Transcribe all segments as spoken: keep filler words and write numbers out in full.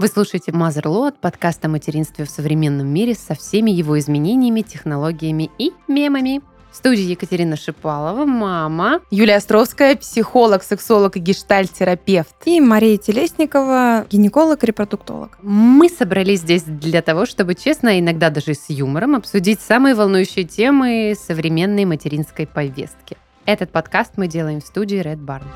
Вы слушаете Motherload, подкаст о материнстве в современном мире со всеми его изменениями, технологиями и мемами. В студии Екатерина Шипалова, мама. Юлия Островская, психолог, сексолог и гештальт-терапевт. И Мария Телесникова, гинеколог, репродуктолог. Мы собрались здесь для того, чтобы честно, иногда даже с юмором, обсудить самые волнующие темы современной материнской повестки. Этот подкаст мы делаем в студии Red Barn.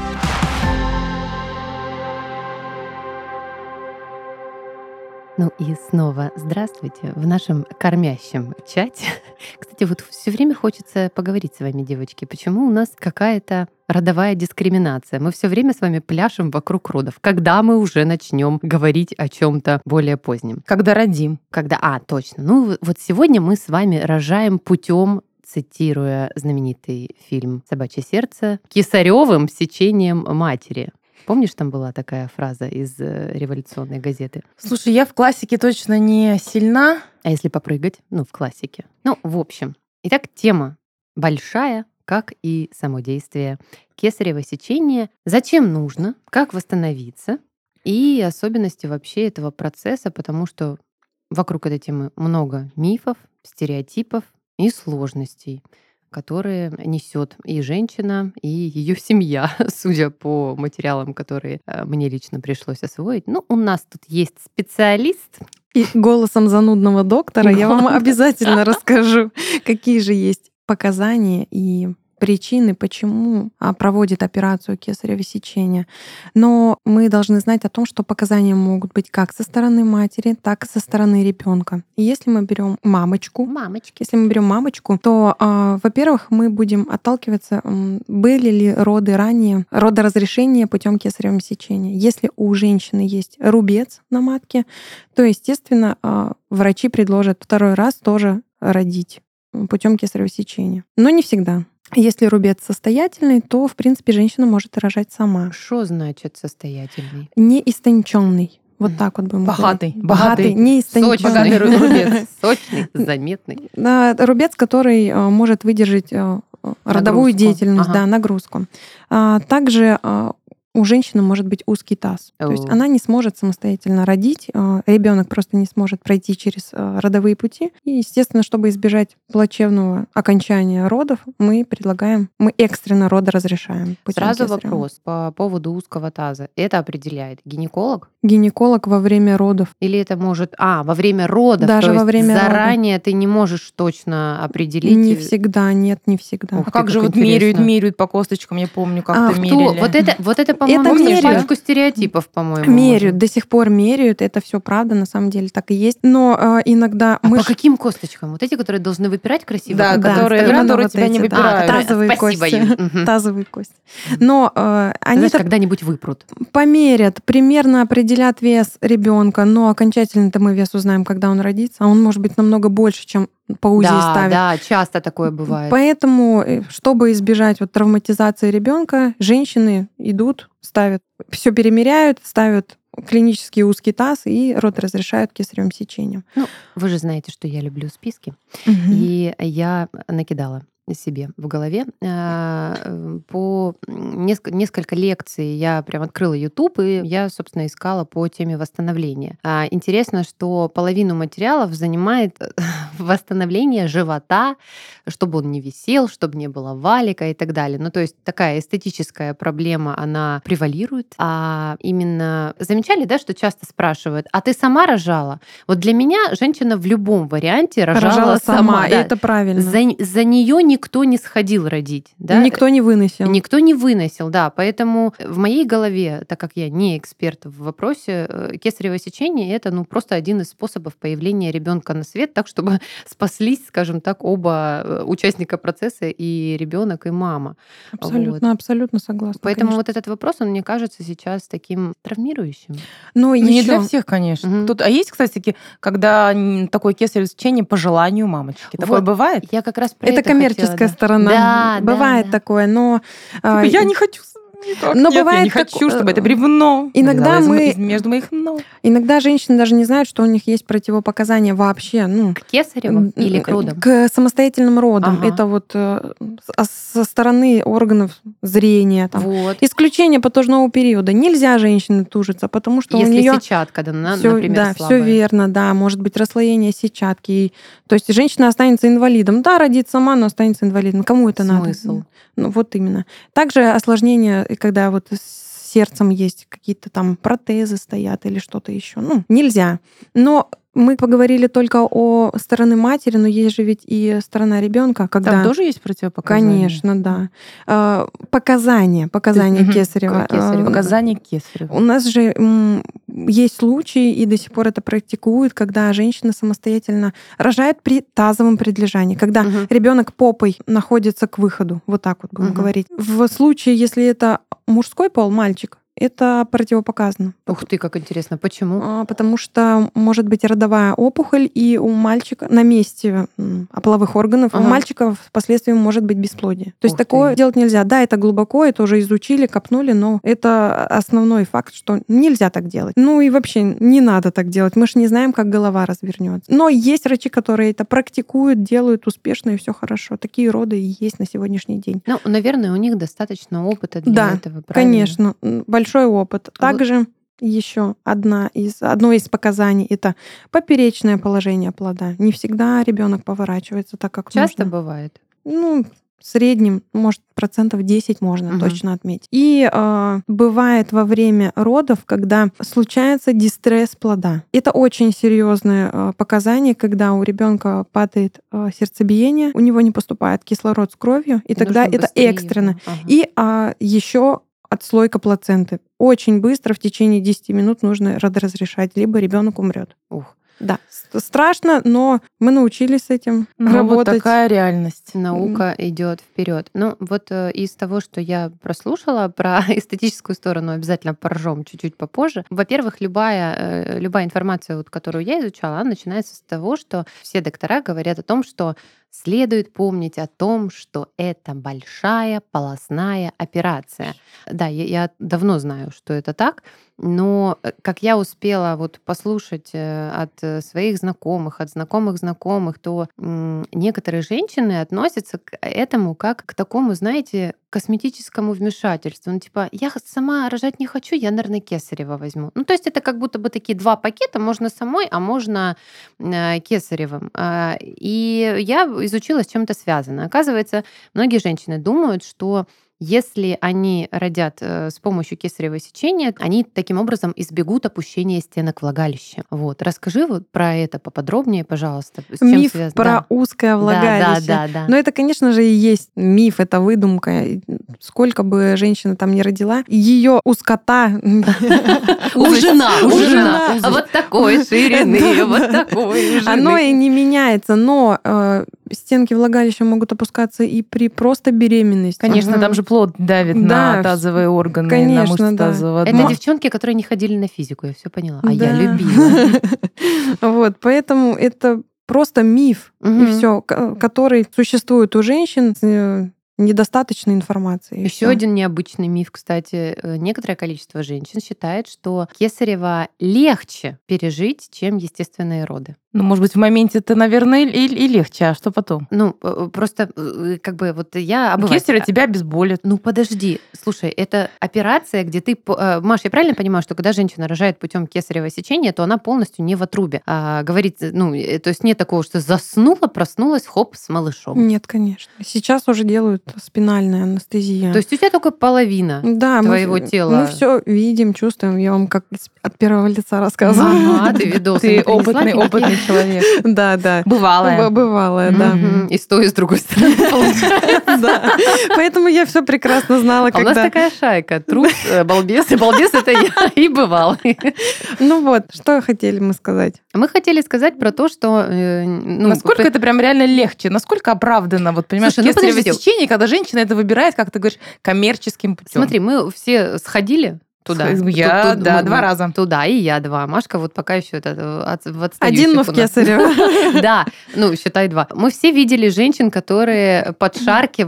Ну и снова здравствуйте в нашем кормящем чате. Кстати, вот все время хочется поговорить с вами, девочки, почему у нас какая-то родовая дискриминация. Мы все время с вами пляшем вокруг родов. Когда мы уже начнем говорить о чем-то более позднем? Когда родим. Когда, а, точно. Ну вот сегодня мы с вами рожаем путем, цитируя знаменитый фильм «Собачье сердце», кесаревым сечением матери. Помнишь, там была такая фраза из революционной газеты? Слушай, я в классике точно не сильна. А если попрыгать? Ну, в классике. Ну, в общем. Итак, тема большая, как и само действие кесарево сечения. Зачем нужно? Как восстановиться? И особенности вообще этого процесса, потому что вокруг этой темы много мифов, стереотипов и сложностей, которые несет и женщина, и ее семья, судя по материалам, которые мне лично пришлось освоить. Ну, у нас тут есть специалист. И голосом занудного доктора я вам обязательно расскажу, какие же есть показания и причины, почему проводит операцию кесарево сечения. Но мы должны знать о том, что показания могут быть как со стороны матери, так и со стороны ребенка. И если мы берем мамочку, Мамочки. если мы берем мамочку, то, э, во-первых, мы будем отталкиваться, э, были ли роды ранее, родоразрешение путем кесарево сечения. Если у женщины есть рубец на матке, то, естественно, э, врачи предложат второй раз тоже родить путем кесарево сечения. Но не всегда. Если рубец состоятельный, то, в принципе, женщина может рожать сама. Что значит состоятельный? Неистонченный. Вот так вот будем Богатый. говорить. Богатый, неистонченный. Богатый рубец. Сочный, заметный. Рубец, который может выдержать родовую Нагрузку. деятельность, Ага. да, нагрузку. Также у женщины может быть узкий таз. То есть О. она не сможет самостоятельно родить, ребенок просто не сможет пройти через родовые пути. И, естественно, чтобы избежать плачевного окончания родов, мы предлагаем, мы экстренно родоразрешаем. путем Сразу кесарево. вопрос по поводу узкого таза. Это определяет гинеколог? Гинеколог во время родов. Или это может... А, во время родов. Даже то во есть время родов. заранее ты не можешь точно определить... Не всегда, нет, не всегда. Ух А как ты, же как вот меряют, интересно. меряют по косточкам, я помню, А, как-то кто? меряли. Вот это, вот это, по-моему, Это помнишь, меряют. пачку стереотипов, по-моему. Меряют, можно. до сих пор меряют, это все правда, на самом деле так и есть. Но э, иногда А мы по ж- каким косточкам? Вот эти, которые должны выпирать красиво? Да, Да, которые, именно которые вот тебя не эти, да, выпирают. которые- тазовые Спасибо, кости. Юль. Мгм. тазовые кости. Но э, они Знаешь, так когда-нибудь выпрут. померят, примерно определят вес ребенка, но окончательно-то мы вес узнаем, когда он родится, а он может быть намного больше, чем по УЗИ Да, ставят. да, часто такое бывает. Поэтому, э, чтобы избежать вот травматизации ребенка, женщины идут, ставят, все перемеряют, ставят клинический узкий таз и род разрешают кесаревым сечением. Ну, вы же знаете, что я люблю списки. Мгм. И я накидала себе в голове э, по неск- несколько лекций. Я прям открыла YouTube, и я, собственно, искала по теме восстановления. А, Интересно, что половину материалов занимает восстановление живота, чтобы он не висел, чтобы не было валика и так далее. Ну, то есть такая эстетическая проблема, она превалирует. А именно замечали, да, что часто спрашивают, а ты сама рожала? Вот для меня женщина в любом варианте рожала, Рожала сама, и да. это правильно. За, за нее никто не сходил родить. Да? Никто не выносил. Никто не выносил, да. Поэтому в моей голове, так как я не эксперт в вопросе, э, кесарево сечение — это ну, просто один из способов появления ребенка на свет, так, чтобы спаслись, скажем так, оба э, участника процесса, и ребенок, и мама. Абсолютно, абсолютно согласна. Поэтому конечно. вот этот вопрос, он мне кажется сейчас таким травмирующим. Но Не еще для всех, конечно. Мгм. Тут, а есть, кстати, когда м, такое кесарево сечение по желанию мамочки? Такое Вот. бывает? Я как раз про это это коммерческая хотела, да. сторона. Да, Бывает да, да. такое, но Типа, а, я не хочу. Но Но Нет, я бывает не так- хочу, чтобы это бревно Иногда вылезало из мы- мо- из- между моих ног. Иногда женщины даже не знают, что у них есть противопоказания вообще. Ну, К кесареву м, или к родам? К самостоятельным родам. Ага. Это вот э, с- а со стороны органов зрения. Там. Вот. Исключение потужного периода. Нельзя женщине тужиться, потому что Если у нее сетчатка, да, на- Всё- например, да, слабая. все верно, да. Может быть расслоение сетчатки. И- То есть женщина останется инвалидом. Да, родит сама, но останется инвалидом. Кому это Смысл? надо? Ну, вот именно. Также осложнения, и когда вот с сердцем есть какие-то там протезы стоят или что-то еще. Ну, нельзя. Но мы поговорили только о стороне матери, но есть же ведь и сторона ребенка, когда... Там тоже есть противопоказания? Конечно, да. А, Показания, показания Мгм. кесарева. К кесареву. А, Показания кесарева. У нас же м, есть случаи, и до сих пор это практикуют, когда женщина самостоятельно рожает при тазовом предлежании, когда Мгм. ребенок попой находится к выходу, вот так вот будем Мгм. говорить. В случае, если это мужской пол, мальчик, это противопоказано. Ух ты, как интересно. Почему? А, Потому что может быть родовая опухоль, и у мальчика на месте м, половых органов у Ага. мальчика впоследствии может быть бесплодие. То есть Ух ты. такое делать нельзя. Да, это глубоко, это уже изучили, копнули, но это основной факт, что нельзя так делать. Ну и вообще не надо так делать. Мы же не знаем, как голова развернется. Но есть врачи, которые это практикуют, делают успешно, и все хорошо. Такие роды и есть на сегодняшний день. Ну, наверное, у них достаточно опыта для Да, этого, правильно? Конечно, м, большой опыт. Также еще одна из, одно из показаний — это поперечное положение плода. Не всегда ребенок поворачивается так, как Часто нужно. бывает. Ну, в среднем, может, процентов десять можно Мгм. точно отметить. И э, бывает во время родов, когда случается дистресс плода. Это очень серьезное э, показание, когда у ребенка падает э, сердцебиение, у него не поступает кислород с кровью, и тогда Нужно это быстрее экстренно. его. Ага. И а, еще отслойка плаценты. Очень быстро, в течение десяти минут нужно родоразрешать, либо ребенок умрет. Ух. Да, с- страшно, но мы научились с этим Ну, вот работать. такая реальность. Наука идет вперед. Ну, вот э, из того, что я прослушала про эстетическую сторону, обязательно поржем чуть-чуть попозже. Во-первых, любая, э, любая информация, вот, которую я изучала, она начинается с того, что все доктора говорят о том, что следует помнить о том, что это большая полостная операция. Да, я, я давно знаю, что это так, но э, как я успела вот послушать э, от э, своих знакомых, от знакомых знакомых, то м, некоторые женщины относятся к этому как к такому, знаете, косметическому вмешательству. Ну, типа, я х- сама рожать не хочу, я, наверное, кесарево возьму. Ну, то есть это как будто бы такие два пакета, можно самой, а можно э, кесаревым. А, И я изучила, с чем это связано. Оказывается, многие женщины думают, что если они родят э, с помощью кесарево сечения, они таким образом избегут опущения стенок влагалища. Вот. Расскажи вот про это поподробнее, пожалуйста. С чем Миф связано? про Да. узкое Да, влагалище. да, да, да. Но это, конечно же, и есть миф, это выдумка. Сколько бы женщина там ни родила, ее узкота... Ужина, Ужина. ужина. А вот такой ширины, Да, вот да. такой ужины. Оно и не меняется, но э, стенки влагалища могут опускаться и при просто беременности. Конечно, Мгм. там же плод давит Да, на тазовые органы, конечно, на мышцы да. тазового Это дна. девчонки, которые не ходили на физику, я все поняла. А я Да. любила. Вот, поэтому это просто миф, и Мгм. все, который существует у женщин с э, недостаточной информацией. и Еще всё. один необычный миф, кстати. Э, Некоторое количество женщин считает, что кесарево легче пережить, чем естественные роды. Ну, может быть, в моменте это, наверное, и, и легче, а что потом? Ну, э, просто э, как бы вот я обыватель. Кесарево тебя обезболит. Ну подожди, слушай, это операция, где ты, по- э, Маш, я правильно понимаю, что когда женщина рожает путем кесарево сечения, то она полностью не в отрубе. А, говорит, ну, э, то есть нет такого, что заснула, проснулась, хоп, с малышом. Нет, конечно. Сейчас уже делают спинальная анестезия. То есть у тебя только половина. да, твоего мы, тела. Мы все видим, чувствуем. Я вам как из- от первого лица рассказываю. Ага, ты видосы Ты напринесла, опытный, Финки? опытный человек. Да, да. Бывалая. Б- Бывалое, да. Мгм. И с той, и с другой стороны получается. Да. Поэтому я все прекрасно знала, А у нас когда... такая шайка. Трус, э, балбес, и балбес это я, и бывалый. Ну вот, что хотели мы сказать? Мы хотели сказать про то, что... э, ну, Насколько п- это прям реально легче? Насколько оправдано? Вот, понимаешь, Слушай, ну кесарево подожди. сечение, когда женщина это выбирает, как ты говоришь, коммерческим путем. Смотри, мы все сходили туда. Я, Ту- ту- да, мы- два раза. Туда, и я два. Машка вот пока еще это, э, от- в отстающих Один, но в у нас. кесарево. Да, ну, считай два. Мы все видели женщин, которые подшаркивали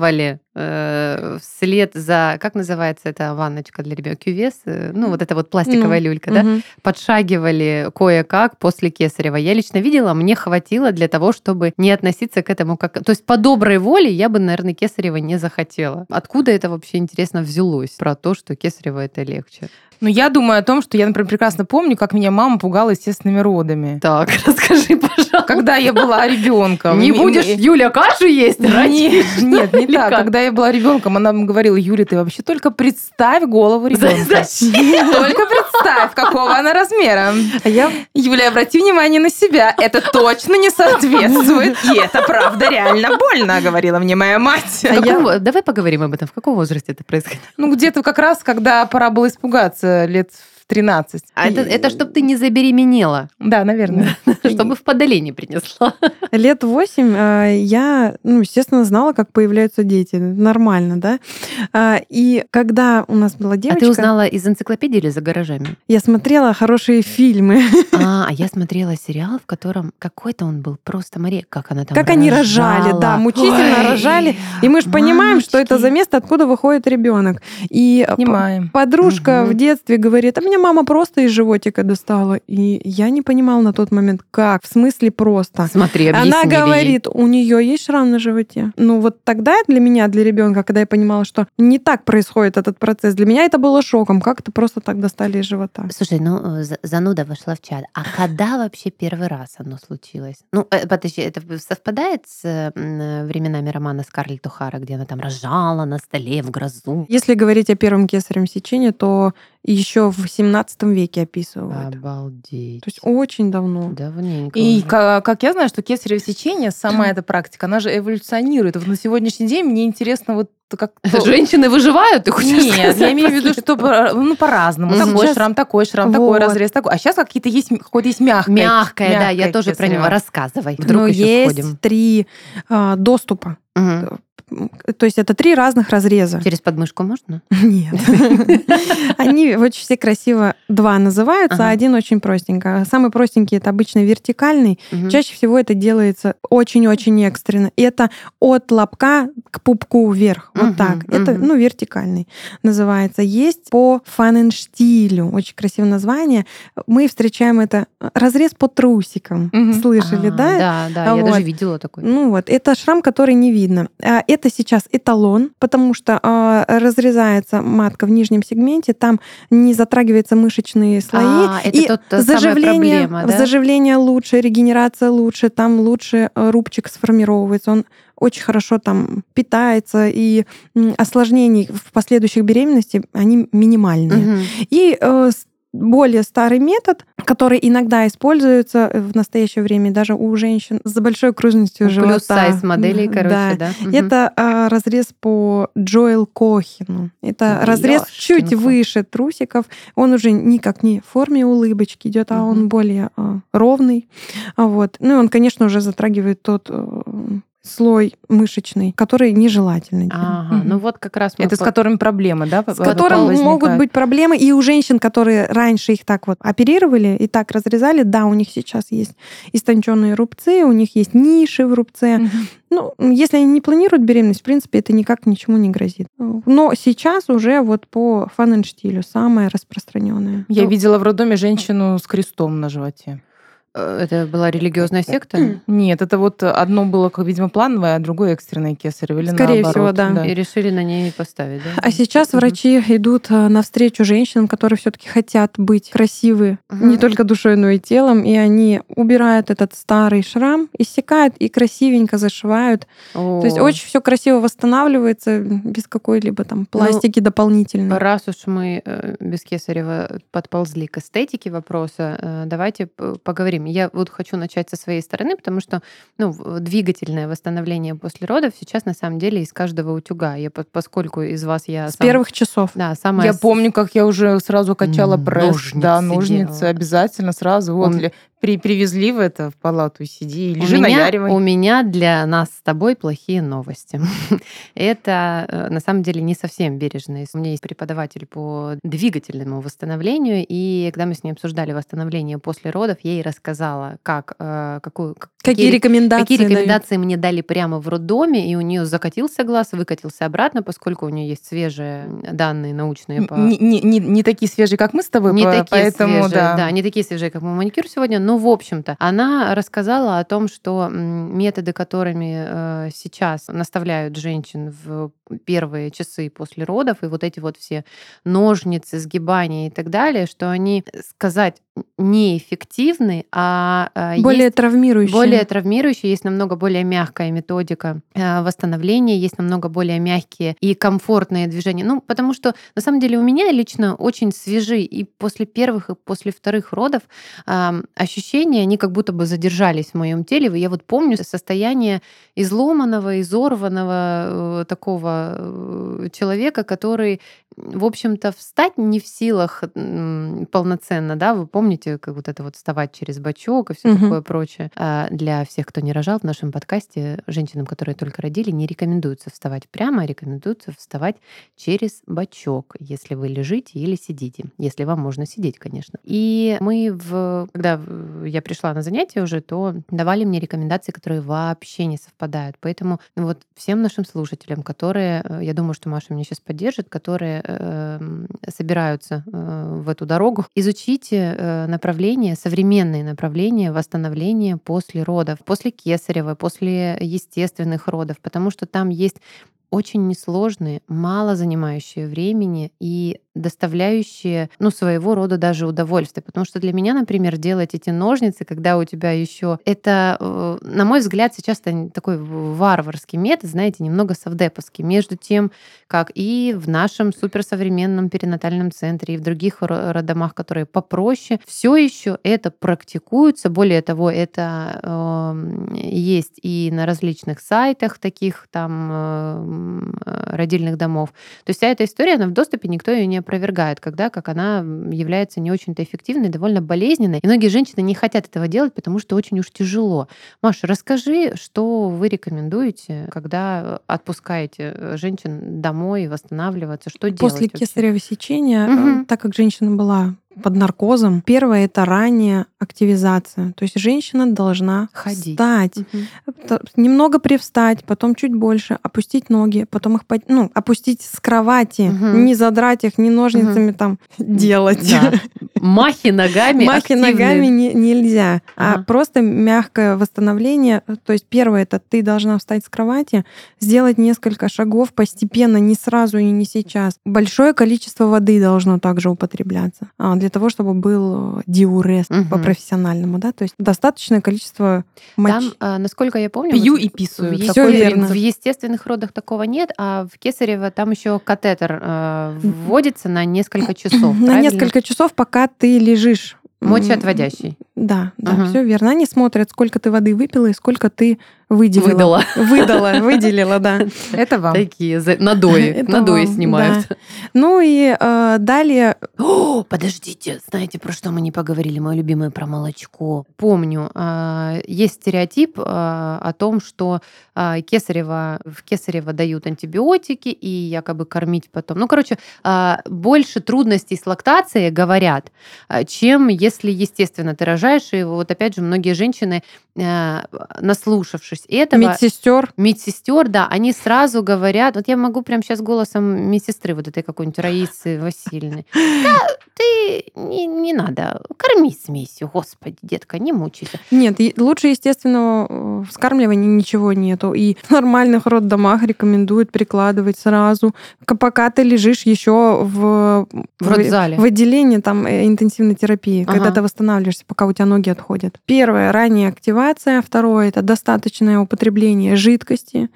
э, вслед за, как называется эта ванночка для ребенка, кювес, э, ну вот эта вот пластиковая Ну, люлька, да, мгм. подшагивали кое-как после кесарева. Я лично видела, мне хватило для того, чтобы не относиться к этому как... То есть по доброй воле я бы, наверное, кесарева не захотела. Откуда это вообще, интересно, взялось? Про то, что кесарево это легче. Ну, я думаю о том, что я, например, прекрасно помню, как меня мама пугала естественными родами. Так, расскажи, пожалуйста. Когда я была ребенком. Не будешь, Юля, кашу есть? Нет, нет, не Или так. как? Когда я была ребенком, она мне говорила: Юля, ты вообще только представь голову ребенка. Зачем? Только представь, какого она размера. А я Юля, обрати внимание на себя. Это точно не соответствует. И это правда реально больно, говорила мне моя мать. В каком- Давай поговорим об этом. В каком возрасте это происходит? Ну, где-то как раз, когда пора было испугаться, лет в тринадцать. А это, это чтобы ты не забеременела, Да, наверное. чтобы в подоле не принесла. лет восемь э, я, ну, естественно, знала, как появляются дети. Нормально, да? А, И когда у нас была А девочка, ты узнала из энциклопедии или за гаражами? я смотрела хорошие фильмы. А, а я смотрела сериал, в котором какой-то он был просто Мария. Как она там Как они рожали, да, мучительно Ой, рожали. И мы же понимаем, что это мамочки. за место, откуда выходит ребенок. И п- Понимаем. подружка Мгм. в детстве говорит: а меня мама просто из животика достала. И я не понимала на тот момент, как, в смысле просто. Смотри, объяснили Она ей. говорит, у нее есть шрам на животе. Ну вот тогда для меня, для ребенка, когда я понимала, что не так происходит этот процесс, для меня это было шоком, как это просто так достали из живота. Слушай, ну, за- зануда вошла в чат. А когда вообще первый раз оно случилось? Ну, э, подожди, это совпадает с э, м, э, временами романа Скарлетт О'Хара, где она там рожала на столе в грозу? Если говорить о первом кесаревом сечении, то еще в семнадцатом веке описывают. Обалдеть. То есть очень давно. Давненько И уже. ка- как я знаю, что кесарево сечение, сама эта практика, она же эволюционирует. Вот на сегодняшний день мне интересно вот как... Женщины выживают, ты хочешь Нет, сказать? я имею в виду, что по- ну, по-разному. Мгм. Такой Сейчас- шрам, такой шрам, такой Вот. разрез, такой. А сейчас какие-то есть, какое-то есть мягкое. Мягкое, да, я мягкое тоже про него. кесарево. Рассказывай. Вдруг Но еще есть сходим. три а, доступа. Мгм. То есть это три разных разреза. Через подмышку можно? Нет. Они очень все красиво. Два называются, Ага. а один очень простенько. Самый простенький — это обычно вертикальный. Мгм. Чаще всего это делается очень-очень экстренно. И это от лобка к пупку вверх. Вот Мгм, так. Это, мгм. ну, вертикальный называется. Есть по фаненштилю. Очень красивое название. Мы встречаем это разрез по трусикам. Мгм. Слышали, А, да? Да, да, я Вот. даже видела такой. Ну вот, это шрам, который не видно. А, Это сейчас эталон, потому что а, разрезается матка в нижнем сегменте, там не затрагиваются мышечные слои, А, это и тот, та самая заживление, проблема, да? заживление лучше, регенерация лучше, там лучше э, рубчик сформировывается, он очень хорошо там питается, и м, осложнений в последующих беременностях, они минимальные. Мгм. И э, с- более старый метод, который иногда используется в настоящее время даже у женщин с большой окружностью живота. Плюс сайз моделей, короче, Да. да. Мгм. Это а, разрез по Джоэл Кохину. Это Ой, разрез чуть ёшкинку. выше трусиков. Он уже никак не в форме улыбочки идет, а Мгм. он более а, ровный. А вот. Ну и он, конечно, уже затрагивает тот э, слой мышечный, который нежелательно делать. Ага, Мгм. ну вот как раз мы Это с по- которыми проблемы, да? С которым могут быть проблемы. И у женщин, которые раньше их так вот оперировали и так разрезали, да, у них сейчас есть истонченные рубцы, у них есть ниши в рубце. Ну, если они не планируют беременность, в принципе, это никак ничему не грозит. Но сейчас уже вот по фаненштилю самое распространенное. Я Ну, видела в роддоме женщину с крестом на животе. Э, Это была религиозная секта? Нет, это вот одно было, как, видимо, плановое, а другое экстренное кесарево. Или Скорее наоборот, всего, да. И решили на ней поставить, да? А сейчас Мгм. врачи идут а, навстречу женщинам, которые все-таки хотят быть красивы Мгм. не только душой, но и телом, и они убирают этот старый шрам, иссякают и красивенько зашивают. То есть О, очень все красиво восстанавливается без какой-либо там пластики дополнительной. Раз уж мы э, без кесарева подползли к эстетике вопроса, э, давайте п- поговорим. Я вот хочу начать со своей стороны, потому что ну, в- двигательное восстановление после родов сейчас на самом деле из каждого утюга. Я, по- поскольку из вас я С сам- первых часов. Да, самая Я с- помню, как я уже сразу качала М, пресс. ножницы Да, ножницы делала. обязательно сразу. Вот Ум. ли- При, привезли в это в палату, сиди, лежи, у меня, наяривай. у меня для нас с тобой плохие новости. Это на самом деле не совсем бережно. У меня есть преподаватель по двигательному восстановлению, и когда мы с ней обсуждали восстановление после родов, я ей рассказала, как, какую, какие, какие рекомендации, какие рекомендации мне дали прямо в роддоме, и у нее закатился глаз, выкатился обратно, поскольку у нее есть свежие данные научные. По... Не, не, не, не такие свежие, как мы с тобой, не по, такие поэтому свежие, да. да, не такие свежие, как мы маникюр сегодня, но в общем-то она рассказала о том, что методы, которыми э, сейчас наставляют женщин в первые часы после родов, и вот эти вот все ножницы, сгибания и так далее, что они, сказать, неэффективны, а э, более есть травмирующие. Более травмирующие, есть намного более мягкая методика э, восстановления, есть намного более мягкие и комфортные движения. Ну, потому что на самом деле у меня лично очень свежи и после первых, и после вторых родов э, ощущения, они как будто бы задержались в моем теле. Я вот помню состояние изломанного, изорванного э, такого э, человека, который, в общем-то, встать не в силах э, полноценно, да, вы помните, как вот это вот вставать через бочок и все Мгм. такое прочее. А для всех, кто не рожал, в нашем подкасте женщинам, которые только родили, не рекомендуется вставать прямо, а рекомендуется вставать через бочок, если вы лежите или сидите, если вам можно сидеть, конечно. И мы, в, когда я пришла на занятия уже, то давали мне рекомендации, которые вообще не совпадают. Поэтому вот всем нашим слушателям, которые, я думаю, что Маша меня сейчас поддержит, которые э, собираются э, в эту дорогу, изучите э, направления, современные направления восстановления после родов, после кесарева, после естественных родов, потому что там есть очень несложные, мало занимающие времени и доставляющие, ну, своего рода даже удовольствие. Потому что для меня, например, делать эти ножницы, когда у тебя еще это, на мой взгляд, сейчас это такой варварский метод, знаете, немного совдеповский, между тем, как и в нашем суперсовременном перинатальном центре, и в других роддомах, которые попроще, все еще это практикуется. Более того, это э, есть и на различных сайтах таких там э, родильных домов. То есть вся эта история, она в доступе, никто ее не опровергает, когда как она является не очень-то эффективной, довольно болезненной. И многие женщины не хотят этого делать, потому что очень уж тяжело. Маша, расскажи, что вы рекомендуете, когда отпускаете женщин домой восстанавливаться, что делать После вообще? кесарево сечения, Мгм. так как женщина была под наркозом, первое — это ранняя активизация. То есть женщина должна Ходить. встать, Мгм. т- немного привстать, потом чуть больше, опустить ноги, потом их под- ну, опустить с кровати, Мгм. не задрать их, не ножницами там делать. Да. Махи ногами Махи активные. ногами не- нельзя, а Ага. просто мягкое восстановление. То есть первое — это ты должна встать с кровати, сделать несколько шагов постепенно, не сразу и не сейчас. Большое количество воды должно также употребляться а, для того, чтобы был диурез Мгм. по-профессиональному, да, то есть достаточное количество мочи. Там, а, насколько я помню, Пью вот и писаю. в, Всё такой- верно. в естественных родах такого нет, а в кесарево там еще катетер э, вводится на несколько часов. На правильно? несколько часов, пока ты лежишь. Мочеотводящий. Да, да, Ага. все верно. Они смотрят, сколько ты воды выпила и сколько ты выделила. Выдала. Выдала, выделила, да. Это вам. Такие за- надои, Это надои вам, снимают. да. Ну и э, далее О, подождите, знаете, про что мы не поговорили? Мое любимое про молочко. Помню, а, есть стереотип а, о том, что а, кесарево, в кесарево дают антибиотики и якобы кормить потом. Ну, короче, а, больше трудностей с лактацией, говорят, а, чем если, естественно, ты рожаешь. И вот опять же, многие женщины, а, наслушавшись этого, медсестер. медсестер, да, они сразу говорят, вот я могу прямо сейчас голосом медсестры вот этой какой-нибудь Раисы Васильевны. Да, ты не, не надо, корми смесью, господи, детка, не мучайся. Нет, и лучше естественного э, вскармливания ничего нету. И в нормальных роддомах рекомендуют прикладывать сразу, к- пока ты лежишь еще в, В родзале. в отделении там э, интенсивной терапии, когда Ага. ты восстанавливаешься, пока у тебя ноги отходят. Первое — ранняя активация. Второе — это достаточное употребление жидкости.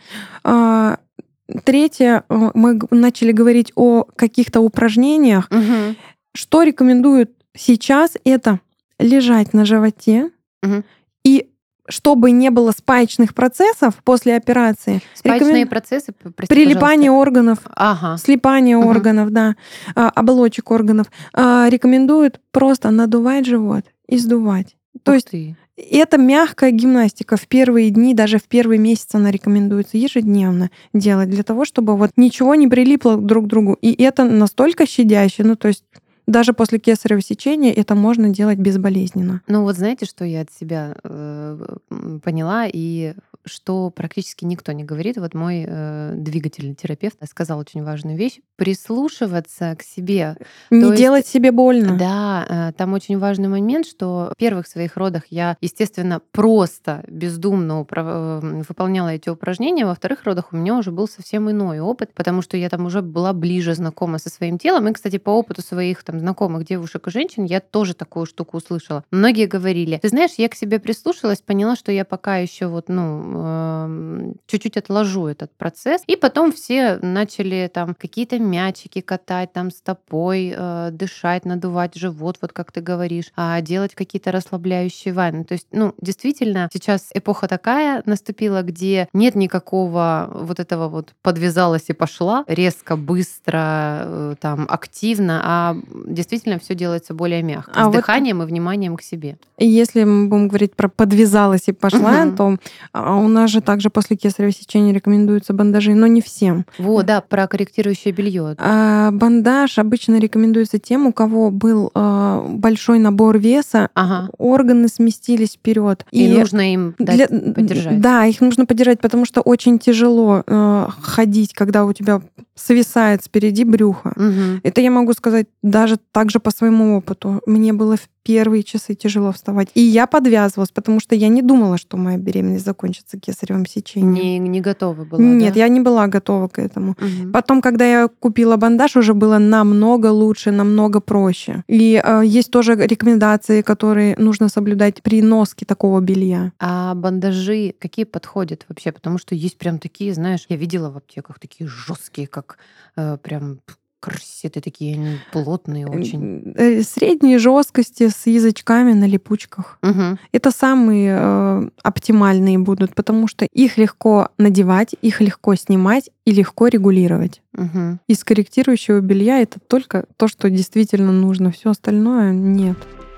А, Третье, э, мы г- начали говорить о каких-то упражнениях. Мгм. Что рекомендуют сейчас, это лежать на животе, Мгм. и чтобы не было спаечных процессов после операции, Спаечные рекомен- процессы, п- прости, прилипание пожалуйста. органов, Ага. слипание Мгм. органов, да, а, оболочек органов, а, рекомендуют просто надувать живот и сдувать. То Ух есть ты. это мягкая гимнастика. В первые дни, даже в первый месяц она рекомендуется ежедневно делать для того, чтобы вот ничего не прилипло друг к другу. И это настолько щадяще, ну то есть даже после кесарево сечения это можно делать безболезненно. Ну вот знаете, что я от себя э, поняла и что практически никто не говорит. Вот мой э, двигательный терапевт сказал очень важную вещь: прислушиваться к себе. Не То делать есть, себе больно. да, э, там очень важный момент, что в первых своих родах я, естественно, просто бездумно упра- э, выполняла эти упражнения. Во вторых родах у меня уже был совсем иной опыт, потому что я там уже была ближе знакома со своим телом. И, кстати, по опыту своих там знакомых девушек и женщин я тоже такую штуку услышала. Многие говорили: ты знаешь, я к себе прислушалась, поняла, что я пока еще вот, ну, э, чуть-чуть отложу этот процесс. И потом все начали там какие-то мячики катать там стопой, э, дышать, надувать живот, вот как ты говоришь, а делать какие-то расслабляющие ванны. То есть, ну, действительно, сейчас эпоха такая наступила, где нет никакого вот этого вот подвязалась и пошла резко, быстро, э, там, активно, а действительно все делается более мягко, А с вот дыханием и вниманием к себе. И если мы будем говорить про подвязалась и пошла, Мгм. то а, у нас же также после кесарево сечения рекомендуются бандажи, но не всем. Вот, да, про корректирующее белье. А бандаж обычно рекомендуется тем, у кого был а, большой набор веса, Ага. органы сместились вперед. И, нужно им для- дать поддержать. Да, их нужно поддержать, потому что очень тяжело э, ходить, когда у тебя свисает спереди брюхо. Мгм. Это я могу сказать даже также по своему опыту. Мне было в первые часы тяжело вставать. И я подвязывалась, потому что я не думала, что моя беременность закончится кесаревым сечением. Не, не готова была, Нет, да? я не была готова к этому. Мгм. Потом, когда я купила бандаж, уже было намного лучше, намного проще. И э, есть тоже рекомендации, которые нужно соблюдать при носке такого белья. А бандажи какие подходят вообще? Потому что есть прям такие, знаешь, я видела в аптеках такие жесткие, как э, прям корсеты такие, они плотные очень. Э, Средней жесткости с язычками на липучках. Мгм. Это самые э, оптимальные будут, потому что их легко надевать, их легко снимать и легко регулировать. Мгм. Из корректирующего белья это только то, что действительно нужно. Все остальное нет.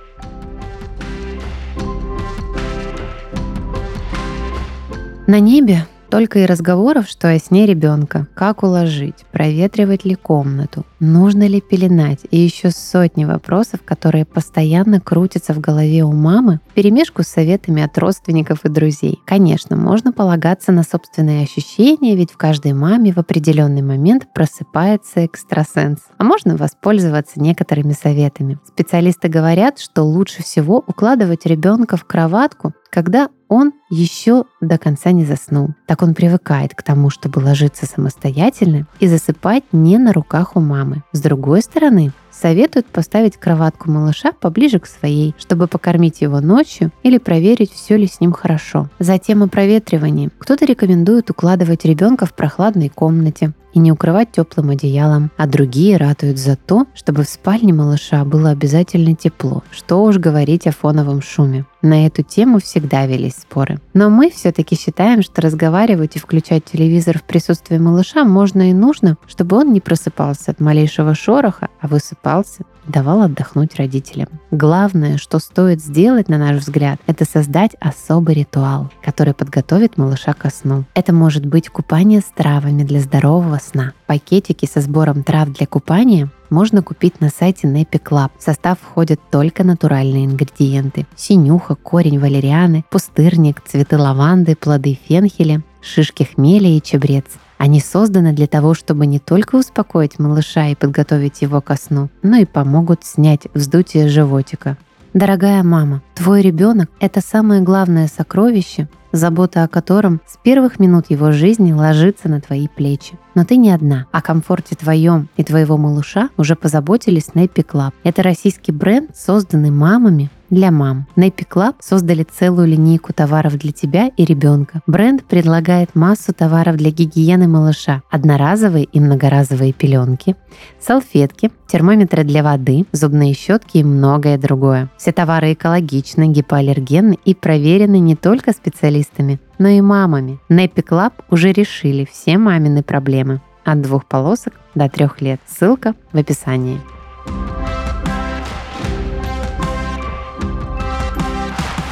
На небе только и разговоров, что о сне ребенка. Как уложить, проветривать ли комнату, нужно ли пеленать, и еще сотни вопросов, которые постоянно крутятся в голове у мамы, вперемешку с советами от родственников и друзей. Конечно, можно полагаться на собственные ощущения, ведь в каждой маме в определенный момент просыпается экстрасенс. А можно воспользоваться некоторыми советами. Специалисты говорят, что лучше всего укладывать ребенка в кроватку, когда он еще до конца не заснул. Так он привыкает к тому, чтобы ложиться самостоятельно и засыпать не на руках у мамы. С другой стороны, советуют поставить кроватку малыша поближе к своей, чтобы покормить его ночью или проверить, все ли с ним хорошо. Затем о проветривании. Кто-то рекомендует укладывать ребенка в прохладной комнате и не укрывать теплым одеялом, а другие ратуют за то, чтобы в спальне малыша было обязательно тепло. Что уж говорить о фоновом шуме. На эту тему всегда велись споры. Но мы все-таки считаем, что разговаривать и включать телевизор в присутствии малыша можно и нужно, чтобы он не просыпался от малейшего шороха, а высыпался и давал отдохнуть родителям. Главное, что стоит сделать, на наш взгляд, это создать особый ритуал, который подготовит малыша ко сну. Это может быть купание с травами для здорового сна. Пакетики со сбором трав для купания можно купить на сайте Nappy Club. В состав входят только натуральные ингредиенты: синюха, корень валерианы, пустырник, цветы лаванды, плоды фенхеля, шишки хмеля и чабрец. Они созданы для того, чтобы не только успокоить малыша и подготовить его ко сну, но и помогут снять вздутие животика. Дорогая мама, твой ребенок – это самое главное сокровище, забота о котором с первых минут его жизни ложится на твои плечи. Но ты не одна. О комфорте твоем и твоего малыша уже позаботились Nappy Club. Это российский бренд, созданный мамами для мам. Nappy Club создали целую линейку товаров для тебя и ребенка. Бренд предлагает массу товаров для гигиены малыша: одноразовые и многоразовые пеленки, салфетки, термометры для воды, зубные щетки и многое другое. Все товары экологичны, гипоаллергенны и проверены не только специалистами, но и мамами. Nappy Club уже решили все мамины проблемы. От двух полосок до трех лет. Ссылка в описании.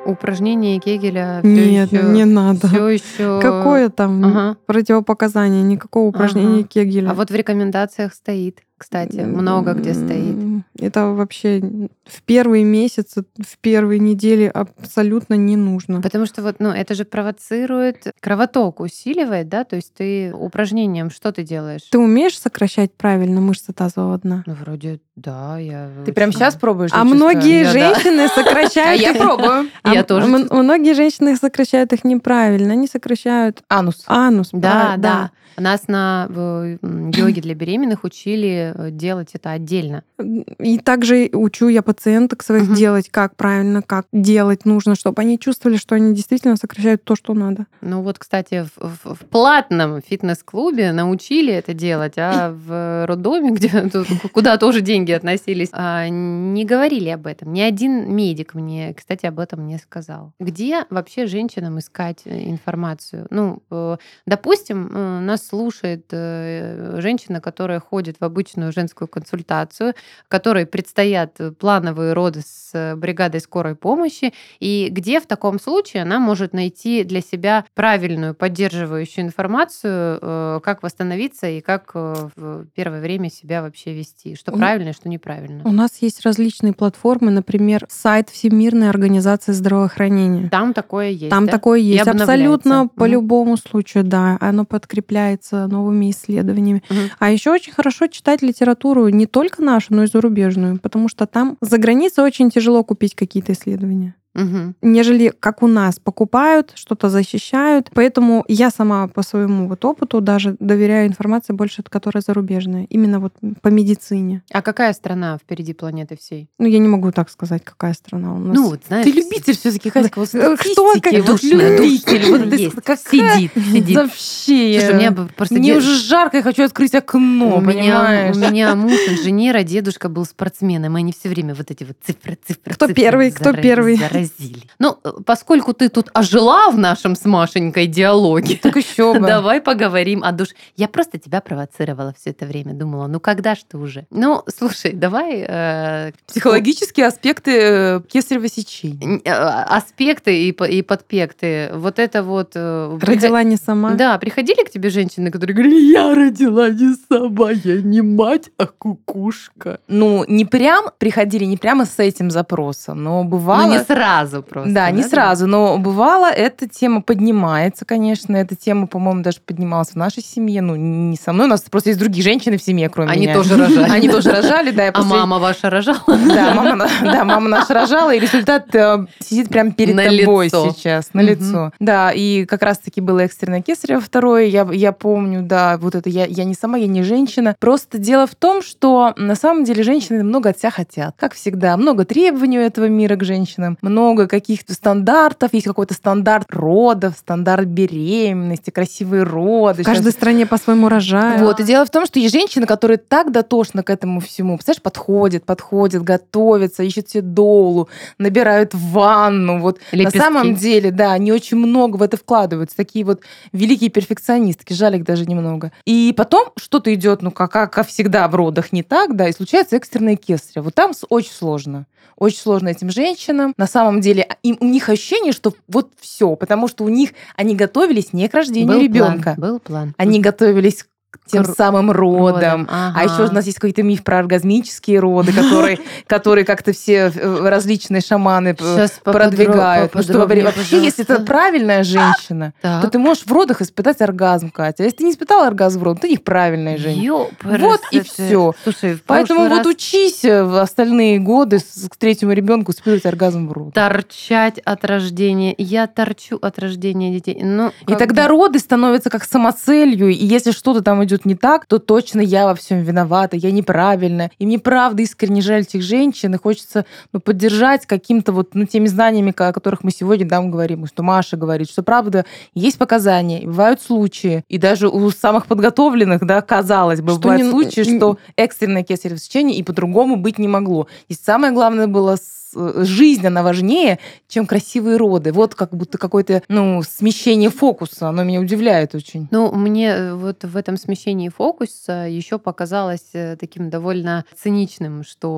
Упражнение Кегеля всё Нет, ещё не надо. всё ещё Какое там Ага. противопоказание? Никакого упражнения Ага. Кегеля. А вот в рекомендациях стоит, кстати, много где стоит. М, Это вообще в первые месяцы, в первые недели абсолютно не нужно. Потому что вот, ну, это же провоцирует, кровоток усиливает, да? То есть ты упражнением что ты делаешь? Ты умеешь сокращать правильно мышцы тазового дна? Ну, вроде да, я Ты прям очень сейчас пробуешь? А я чувствую? многие Я да. женщины А сокращают я их- пробую. а Я м- тоже м- чувствую. Многие женщины сокращают их неправильно. Они сокращают Анус. анус. Да, прав- да. Нас на в, м, йоге для беременных учили э, делать это отдельно. И также учу я пациенток своих Мгм. делать, как правильно, как делать нужно, чтобы они чувствовали, что они действительно сокращают то, что надо. Ну вот, кстати, в, в- в платном фитнес-клубе научили это делать, а в роддоме, где тут- куда тоже деньги относились, а, не говорили об этом. Ни один медик мне, кстати, об этом не сказал. Где вообще женщинам искать э, информацию? Ну, э, допустим, э, нас слушает э, женщина, которая ходит в обычную женскую консультацию, которой предстоят плановые роды с э, бригадой скорой помощи, и где в таком случае она может найти для себя правильную поддерживающую информацию, э, как восстановиться и как э, в первое время себя вообще вести, что У- правильно, что неправильно. У нас есть различные платформы, например, сайт Всемирной организации здравоохранения. Там такое есть. Там да? такое И есть абсолютно обновляется. по Мгм. любому случаю, да. Оно подкрепляется новыми исследованиями. Мгм. А еще очень хорошо читать литературу не только нашу, но и зарубежную, потому что там за границей очень тяжело купить какие-то исследования, Мгм. нежели как у нас покупают, что-то защищают. Поэтому я сама по своему вот опыту даже доверяю информации больше, которая зарубежная, именно вот по медицине. А какая страна впереди планеты всей? Ну, я не могу так сказать, какая страна у нас. Ну, вот знаешь, Ты любитель все-таки, Катька, вот Э, что, статистики, как- вот душная, любитель. душная Вот ты есть. какая- Сидит, сидит. Вообще. Слушай, у меня бы просто Мне дед- уже жарко, я хочу открыть окно, у меня, понимаешь? у меня муж инженер, а дедушка был спортсменом, и они все время вот эти вот цифры, цифры, Кто цифры первый, кто зара- первый? заразили. Ну, э, поскольку ты тут ожила в нашем с Машенькой диалоге, Так еще бы. давай поговорим о душе. Я просто тебя провоцировала все это время, думала, ну когда ж ты уже? Ну, слушай, давай э, Психологические аспекты э, кесарево сечения. н- э, аспекты и, по- и подпекты. Вот это вот... э, приход- Родила не сама. Да, приходили к тебе женщины, которые говорили, я родила не сама, я не мать, а кукушка. Ну, не прям приходили, не прямо с этим запросом, но бывало... Ну, не сразу просто. Да, не сразу, но бывало, эта тема поднимается, конечно. Эта тема, по-моему, даже поднималась в нашей семье. Ну, не со мной, у нас просто есть другие женщины в семье, кроме Они меня. тоже рожали. Они тоже рожали, да. я А после- мама ваша рожала? Да, мама, на- да, мама наша рожала, и результат э, сидит прямо перед На тобой лицо. сейчас, на Мгм. лицо. Да, и как раз-таки было экстренное кесарево второе, я, я помню, да, вот это я, я не сама, я не женщина. Просто дело в том, что на самом деле женщины много от себя хотят. Как всегда, много требований у этого мира к женщинам, много каких-то стандартов, есть какой-то стандарт родов, стандарт беременности, красивые роды. В каждой стране по-своему рожают. Вот, и дело в том, что есть женщины, которые так дотошно к этому всему, представляешь, подходят, подходят, готовятся, ищут себе доулу, набирают ванну, вот. Лепестки. На самом деле, да, они очень много в это вкладываются, такие вот великие перфекционистки, жаль их даже немного. И потом что-то идет, ну, как, как всегда в родах не так, да, и случается экстренное кесарево. Вот там с- очень сложно. Очень сложно этим женщинам. На самом деле, им, у них ощущение, что вот все, потому что у них они готовились не к рождению Был ребенка. план, был план. Они готовились к тем К самым родам. родам, А ага. еще у нас есть какой-то миф про оргазмические роды, которые, которые как-то все э, различные шаманы э, Щас поподро- продвигают. Ну, что поподробнее, вообще, если это пожалуйста. правильная женщина, Так. то ты можешь в родах испытать оргазм, Катя. А если ты не испытала оргазм в родах, ты не правильная женщина. Ёпрст, Вот и это- всё. Слушай, в Поэтому прошлый вот раз учись э, в остальные годы с- к третьему ребенку испытывать оргазм в родах. торчать от рождения. Я торчу от рождения детей. Ну, И как тогда бы- роды становятся как самоцелью, и если что-то там идет не так, то точно я во всем виновата, я неправильная. И мне правда искренне жаль этих женщин, и хочется ну, поддержать каким-то вот ну, теми знаниями, о которых мы сегодня да, мы говорим, что Маша говорит, что правда есть показания, и бывают случаи, и даже у самых подготовленных, да, казалось бы, Что бывают не- случаи, что экстренное кесарево сечение и по-другому быть не могло. И самое главное было с- жизнь, она важнее, чем красивые роды. Вот как будто какое-то ну, смещение фокуса, оно меня удивляет очень. Ну, мне э, вот в этом смещении фокуса еще показалось э, таким довольно циничным, что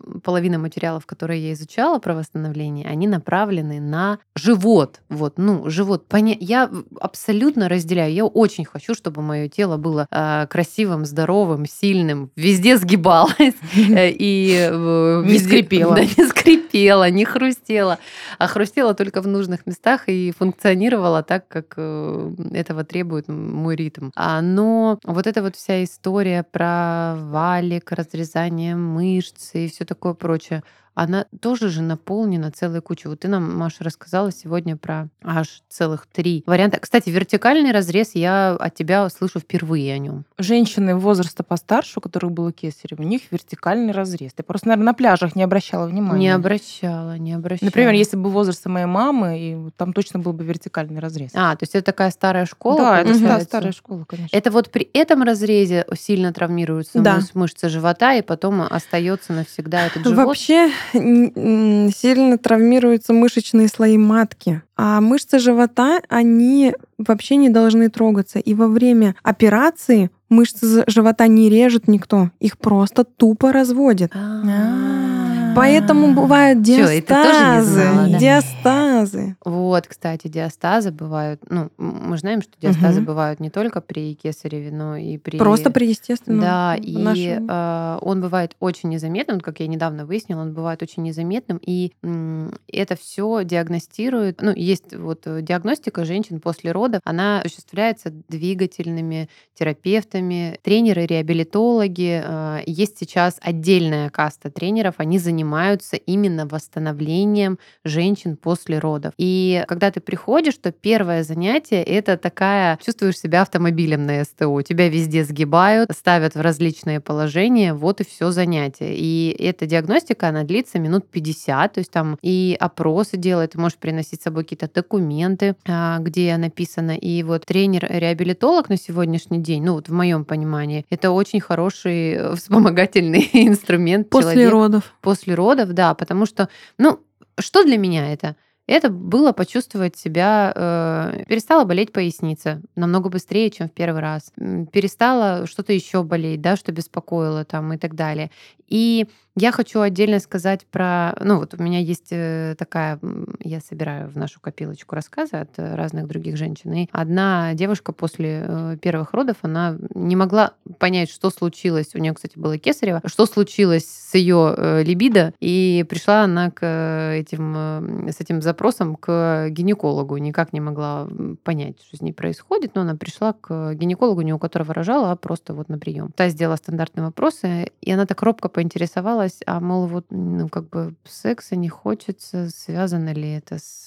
половина материалов, которые я изучала про восстановление, они направлены на живот. Вот, ну, живот. Поня... Я абсолютно разделяю. Я очень хочу, чтобы мое тело было э, красивым, здоровым, сильным, везде сгибалось. И не скрипело. Да, не скрипело, не хрустело. А хрустело только в нужных местах и функционировало так, как этого требует мой ритм. Но вот эта вот вся история про валик, разрезание мышц и все такое прочее, она тоже же наполнена целой кучей. Вот ты нам, Маша, рассказала сегодня про аж целых три варианта. Кстати, вертикальный разрез я от тебя слышу впервые о нем. Женщины возраста постарше, у которых было кесарево, у них вертикальный разрез. Ты просто, наверное, на пляжах не обращала внимания. Не обращала, не обращала. Например, если бы возраста моей мамы, и там точно был бы вертикальный разрез. А, то есть это такая старая школа? Да, это получается? старая школа, конечно. Это вот при этом разрезе сильно травмируются Да. мышцы живота, и потом остается навсегда этот живот? Вообще сильно травмируются мышечные слои матки. А мышцы живота, они вообще не должны трогаться. И во время операции мышцы живота не режет никто. Их просто тупо разводят. Поэтому бывают диастазы. Диастазы. Вот, кстати, диастазы бывают. Ну, мы знаем, что диастазы бывают не только при кесареве, но и при... Просто при естественном. Да, и он бывает очень незаметным, как я недавно выяснила, он бывает очень незаметным, и это все диагностирует. Ну, есть вот диагностика женщин после родов, она осуществляется двигательными терапевтами, тренеры, реабилитологи. Есть сейчас отдельная каста тренеров, они занимаются именно восстановлением женщин после родов. И когда ты приходишь, то первое занятие — это такая, чувствуешь себя автомобилем на СТО. Тебя везде сгибают, ставят в различные положения, вот и все занятие. И эта диагностика, она длится минут пятьдесят, то есть там и опросы делают, ты можешь приносить с собой какие-то документы, где написано. И вот тренер-реабилитолог на сегодняшний день, ну вот в моем понимании, это очень хороший вспомогательный инструмент. После человек. родов. После родов, да, потому что, ну, что для меня это? Это было почувствовать себя, э, перестала болеть поясница намного быстрее, чем в первый раз. Перестала что-то еще болеть, да, что беспокоило там и так далее. И я хочу отдельно сказать про... Ну вот у меня есть такая... Я собираю в нашу копилочку рассказы от разных других женщин. И одна девушка после первых родов, она не могла понять, что случилось. У нее, кстати, было кесарево. Что случилось с ее либидо. И пришла она к этим, с этим запросом к гинекологу. Никак не могла понять, что с ней происходит. Но она пришла к гинекологу, не у которого рожала, а просто вот на прием. Та сделала стандартные вопросы. И она так робко поинтересовалась, а мол, вот, ну, как бы секса не хочется, связано ли это с...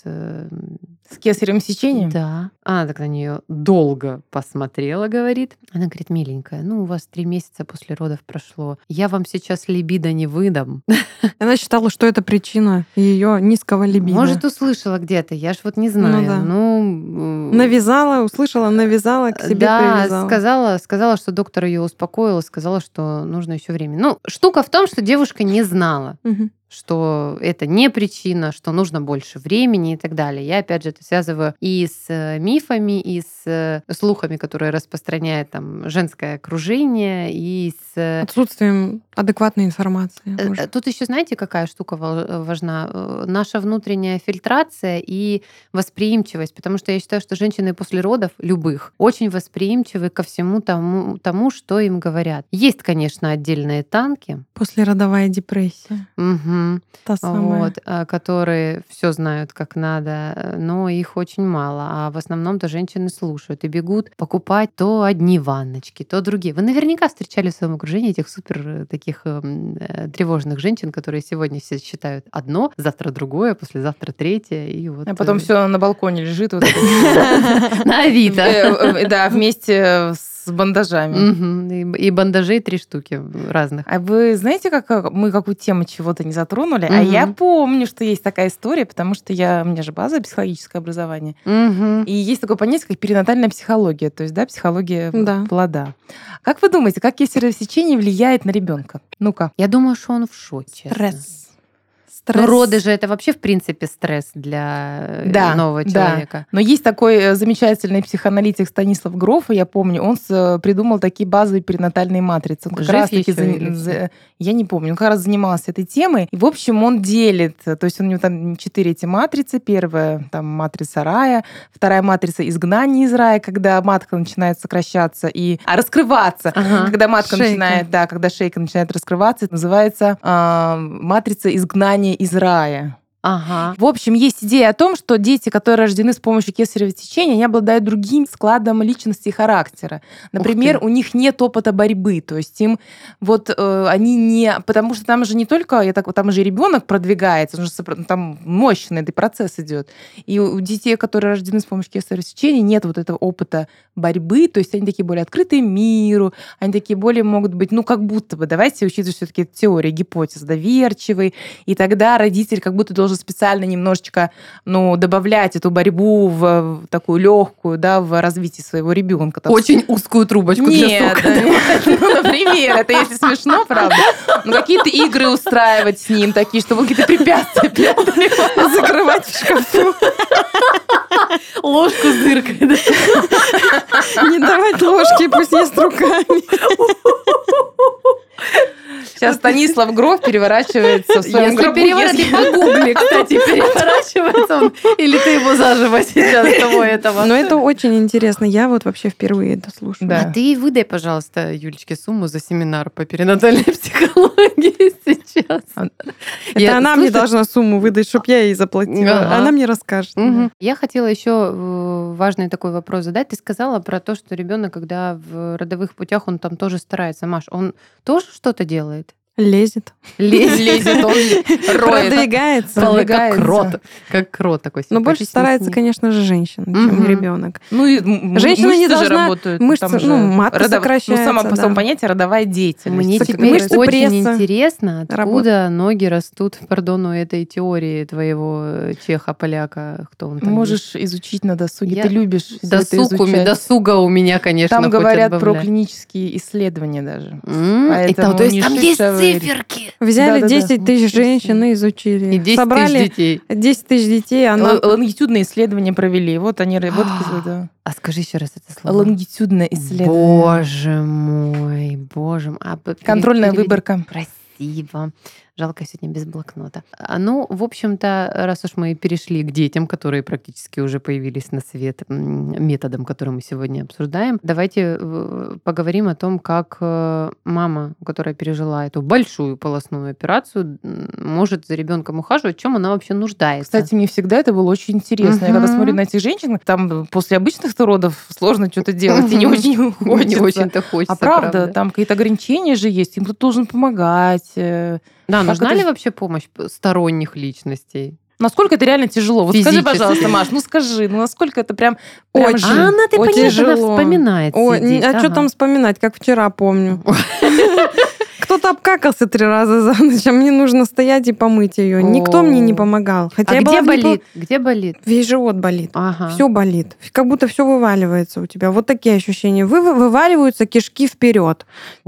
С кесаревым сечением? Да. Она так на нее долго посмотрела, говорит. Она говорит: миленькая, ну, у вас три месяца после родов прошло. Я вам сейчас либидо не выдам. Она считала, что это причина ее низкого либидо. Может, услышала где-то, я ж вот не знаю. Ну, да. Ну, навязала, услышала, навязала, к себе да, привязала. сказала, сказала, что доктор ее успокоил, сказала, что нужно еще время. Ну, штука в том, что девушка не знала, Угу. что это не причина, что нужно больше времени и так далее. Я, опять же, это связываю и с мифами, и с слухами, которые распространяет там женское окружение, и с... Отсутствием адекватной информации. Может. Тут еще, знаете, какая штука важна? Наша внутренняя фильтрация и восприимчивость, потому что я считаю, что женщины после родов, любых, очень восприимчивы ко всему тому, тому что им говорят. Есть, конечно, отдельные танки. Послеродовая депрессия. Угу. Та самая. Вот, которые все знают как надо, но их очень мало. А в основном-то женщины слушают и бегут покупать то одни ванночки, то другие. Вы наверняка встречали в своем окружении этих супер таких э, тревожных женщин, которые сегодня все считают одно, завтра другое, послезавтра третье. И вот, а потом э... все на балконе лежит. На Авито. Да, вместе с бандажами. И бандажей три штуки разных. А вы знаете, как мы какую тему чего-то не затронули? А я помню, что есть такая история, потому что я, у меня же база психологическое образование. И есть такое понятие, как перинатальная психология, то есть, да, психология Да. плода. Как вы думаете, как кесарево сечение влияет на ребенка? Ну-ка. Я думаю, что он в шоке. Стресс. стресс. Ну, роды же это вообще, в принципе, стресс для Да, нового да. человека. Но есть такой замечательный психоаналитик Станислав Гроф, я помню, он с- придумал такие базовые перинатальные матрицы. Он как Жив раз таки ещё за- или за- всё? я не помню, он как раз занимался этой темой. И, в общем, он делит, то есть у него там четыре эти матрицы. Первая там матрица рая, вторая матрица изгнания из рая, когда матка начинает сокращаться и а, раскрываться. Ага. Когда матка Шейка. начинает, да, когда шейка начинает раскрываться, это называется а, матрица изгнания из рая. Ага. В общем, есть идея о том, что дети, которые рождены с помощью кесарево сечения, они обладают другим складом личности и характера. Например, ты. у них нет опыта борьбы, то есть им вот э, они не... Потому что там же не только, я так, там же ребенок продвигается, он же сопро- там мощный этот процесс идет. И у детей, которые рождены с помощью кесарево сечения, нет вот этого опыта борьбы, то есть они такие более открытые миру, они такие более могут быть, ну, как будто бы, давайте учитывать все-таки теория, гипотеза, доверчивый, и тогда родитель как будто должен специально немножечко, ну, добавлять эту борьбу в, в такую легкую, да, в развитии своего ребенка. Там, Очень узкую трубочку для Нет, сока. ну, например, это если смешно, правда. Ну, какие-то игры устраивать с ним такие, чтобы он какие-то препятствия преодолевал. Закрывать в шкафу. Ложку с дыркой. Не давать ложки, пусть ест руками. Сейчас Станислав Гроф переворачивается в своем Если гробу. переворачивать, если- погугли, кстати, переворачивается он, или ты его заживо сейчас того этого. Но это очень интересно. Я вот вообще впервые это слушаю. Да. А ты выдай, пожалуйста, Юлечке сумму за семинар по перинатальной психологии сейчас. Это Я- она мне слушай, должна сумму выдать, чтобы я ей заплатила. Ага. Она мне расскажет. Мгм. Я хотела еще э, важный такой вопрос задать. Ты сказала про то, что ребенок, когда в родовых путях, он там тоже старается. Маш, он тоже что-то делает? Лезет. Лезет, лезет, он роет. Продвигается. Как продвигается. крот. Как крот такой. Но больше симпатичный старается, снег. конечно же, женщина, чем Мгм. ребенок. Ну, и м- Женщина мышцы не же должна- работают. мышцы, там же ну, матка родов- сокращается, Ну, само, по да. самому понятию родовая деятельность. Мне Так теперь мышцы очень пресса интересно, откуда работают. ноги растут, пардон, у этой теории твоего э, чеха, поляка, кто он там есть. Можешь изучить на досуге. Я- Ты любишь всё это Досуг у меня, изучать. досуга у меня, конечно, Там хоть говорят про отбавляй. клинические исследования даже. М, и Поэтому там, то есть не там есть шишевые. циферки. Взяли Да-да-да. десять тысяч Ничего себе. женщин и изучили. И десять Собрали тысяч детей. десять тысяч детей, она... Л- Лонгитюдные исследования провели. Вот они р- вот какие, да. А скажи еще раз это слово. Лонгитюдное исследование. Боже мой, боже мой. А, п- Контрольная переведи. выборка. Спасибо. Жалко, сегодня без блокнота. А, Ну, в общем-то, раз уж мы перешли к детям, которые практически уже появились на свет, м, методом, который мы сегодня обсуждаем, давайте э, поговорим о том, как э, мама, которая пережила эту большую полостную операцию, м, может за ребенком ухаживать, в чем она вообще нуждается. Кстати, мне всегда это было очень интересно. Я когда Мгм. смотрю на этих женщин, там после обычных родов сложно что-то делать, и не Мгм. очень не хочется. очень-то хочется, А правда, там какие-то ограничения же есть, им кто-то должен помогать. э. Да, Как нужна это ли ж- вообще помощь сторонних личностей? Насколько это реально тяжело? Вот скажи, Физически. пожалуйста, Маш, ну скажи, ну насколько это прям, прям Очень. жизнь? А она, ты Очень понимаешь, она тяжело. вспоминает. Ой, сидеть. а что Ага. там вспоминать, как вчера помню. Кто-то обкакался три раза за ночь, а мне нужно стоять и помыть ее. Никто мне не О. помогал. Хотя А я была где в непо- болит? Где болит? Весь живот болит. Ага. Все болит. Как будто все вываливается у тебя. Вот такие ощущения. Вы, вываливаются кишки вперед.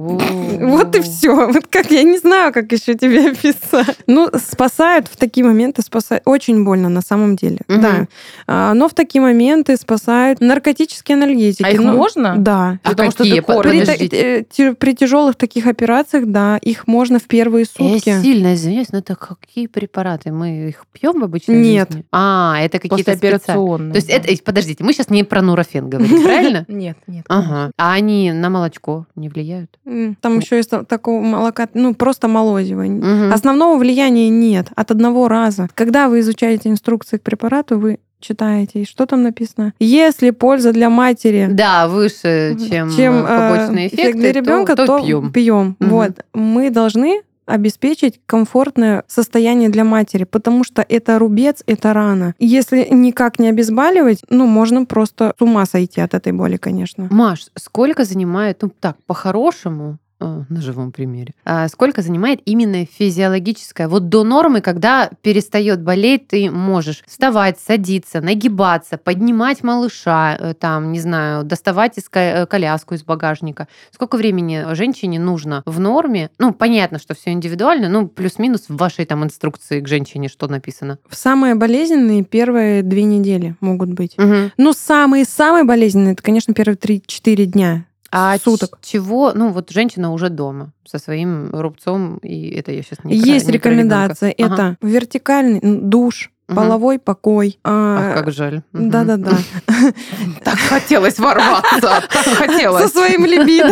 Вот и все. Вот как я не знаю, как еще тебе описать. Ну, спасают в такие моменты, спасают. Очень больно на самом деле. Мгм. Да. А, но в такие моменты спасают наркотические анальгетики. А их Ну, можно? Да. А Потому что какие? ты коротко. При, Подождите. та- э, те- при тяжелых таких операциях, да, их можно в первые сутки. Я сильно извиняюсь, но это какие препараты? Мы их пьем в обычной Нет. жизни? А, это какие-то специальные. Послеоперационные. То есть да. это, э, подождите, мы сейчас не про нурофен говорим, правильно? Нет, нет. Ага. А они на молочко не влияют? М, Там еще есть та- такого молока, ну, просто молозива. Мгм. Основного влияния нет от одного раза. Когда вы изучаете инструкции к препарату, вы читаете, и что там написано? Если польза для матери, Да, выше, чем, чем э, побочные э, эффекты, эффект для ребенка, то, то, то пьем. пьем. Мгм. Вот. Мы должны обеспечить комфортное состояние для матери, потому что это рубец, это рана. Если никак не обезболивать, ну, можно просто с ума сойти от этой боли, конечно. Маш, сколько занимает, ну так, по-хорошему, О, на живом примере. А сколько занимает именно физиологическое? Вот до нормы, когда перестает болеть, ты можешь вставать, садиться, нагибаться, поднимать малыша, там, не знаю, доставать из коляску из багажника. Сколько времени женщине нужно в норме? Ну, понятно, что все индивидуально, ну, плюс-минус в вашей там инструкции к женщине что написано? Самые болезненные первые две недели могут быть. Угу. Ну, самые-самые болезненные, это, конечно, первые три-четыре дня. А суток. Чего? Ну, вот женщина уже дома со своим рубцом, и это я сейчас не Есть про, не рекомендация. Про это ага. вертикальный душ, угу. половой покой. Ах, как жаль. Да-да-да. Так хотелось ворваться. Так хотелось. Со своим либидо.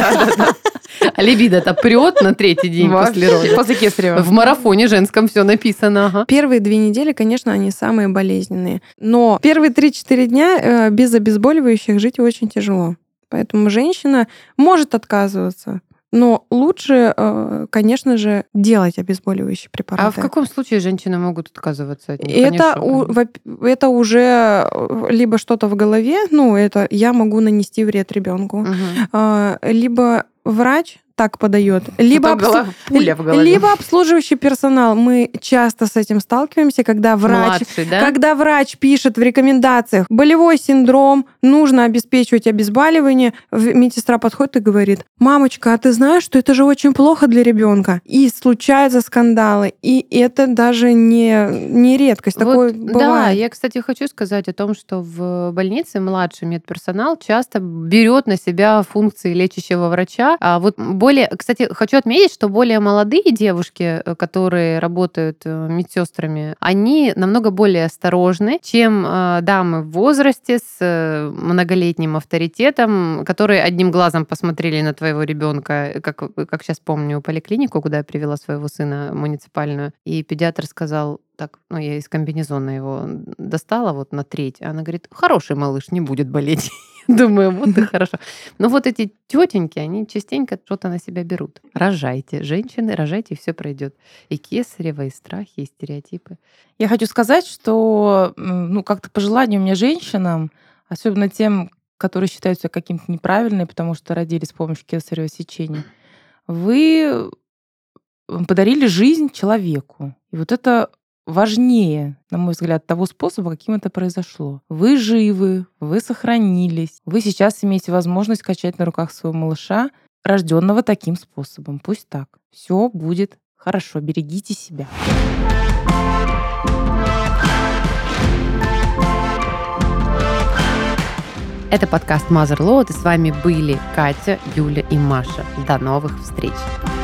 А либидо-то прет на третий день после родов. После кесарева. В марафоне женском все написано. Первые две недели, конечно, они самые болезненные. Но первые три-четыре дня без обезболивающих жить очень тяжело. Поэтому женщина может отказываться, но лучше, конечно же, делать обезболивающие препараты. А в каком случае женщины могут отказываться от них? Это, у, это уже либо что-то в голове, ну, это я могу нанести вред ребенку, угу. либо врач так подает, либо, обслу... пуля в голове. либо обслуживающий персонал. Мы часто с этим сталкиваемся, когда врач, Младший, да? когда врач пишет в рекомендациях болевой синдром, нужно обеспечивать обезболивание, медсестра подходит и говорит: мамочка, а ты знаешь, что это же очень плохо для ребенка? И случаются скандалы, и это даже не, не редкость, такое вот, бывает. Да, я, кстати, хочу сказать о том, что в больнице младший медперсонал часто берет на себя функции лечащего врача, а вот более, кстати, хочу отметить, что более молодые девушки, которые работают медсестрами, они намного более осторожны, чем дамы в возрасте с многолетним авторитетом, которые одним глазом посмотрели на твоего ребенка, как, как сейчас помню, поликлинику, куда я привела своего сына муниципальную, и педиатр сказал: так, ну, я из комбинезона его достала вот на треть. А она говорит: хороший малыш, не будет болеть. Думаю, вот и хорошо. Но вот эти тетеньки, они частенько что-то на себя берут. Рожайте, женщины, рожайте, и все пройдет. И кесарево, и страхи, и стереотипы. Я хочу сказать, что, ну, как-то по желанию мне женщинам, особенно тем, которые считают себя каким-то неправильными, потому что родились с помощью кесарево сечения, вы подарили жизнь человеку. И вот это важнее, на мой взгляд, того способа, каким это произошло. Вы живы, вы сохранились, вы сейчас имеете возможность качать на руках своего малыша, рожденного таким способом. Пусть так. Все будет хорошо. Берегите себя. Это подкаст Mother Load, и с вами были Катя, Юля и Маша. До новых встреч!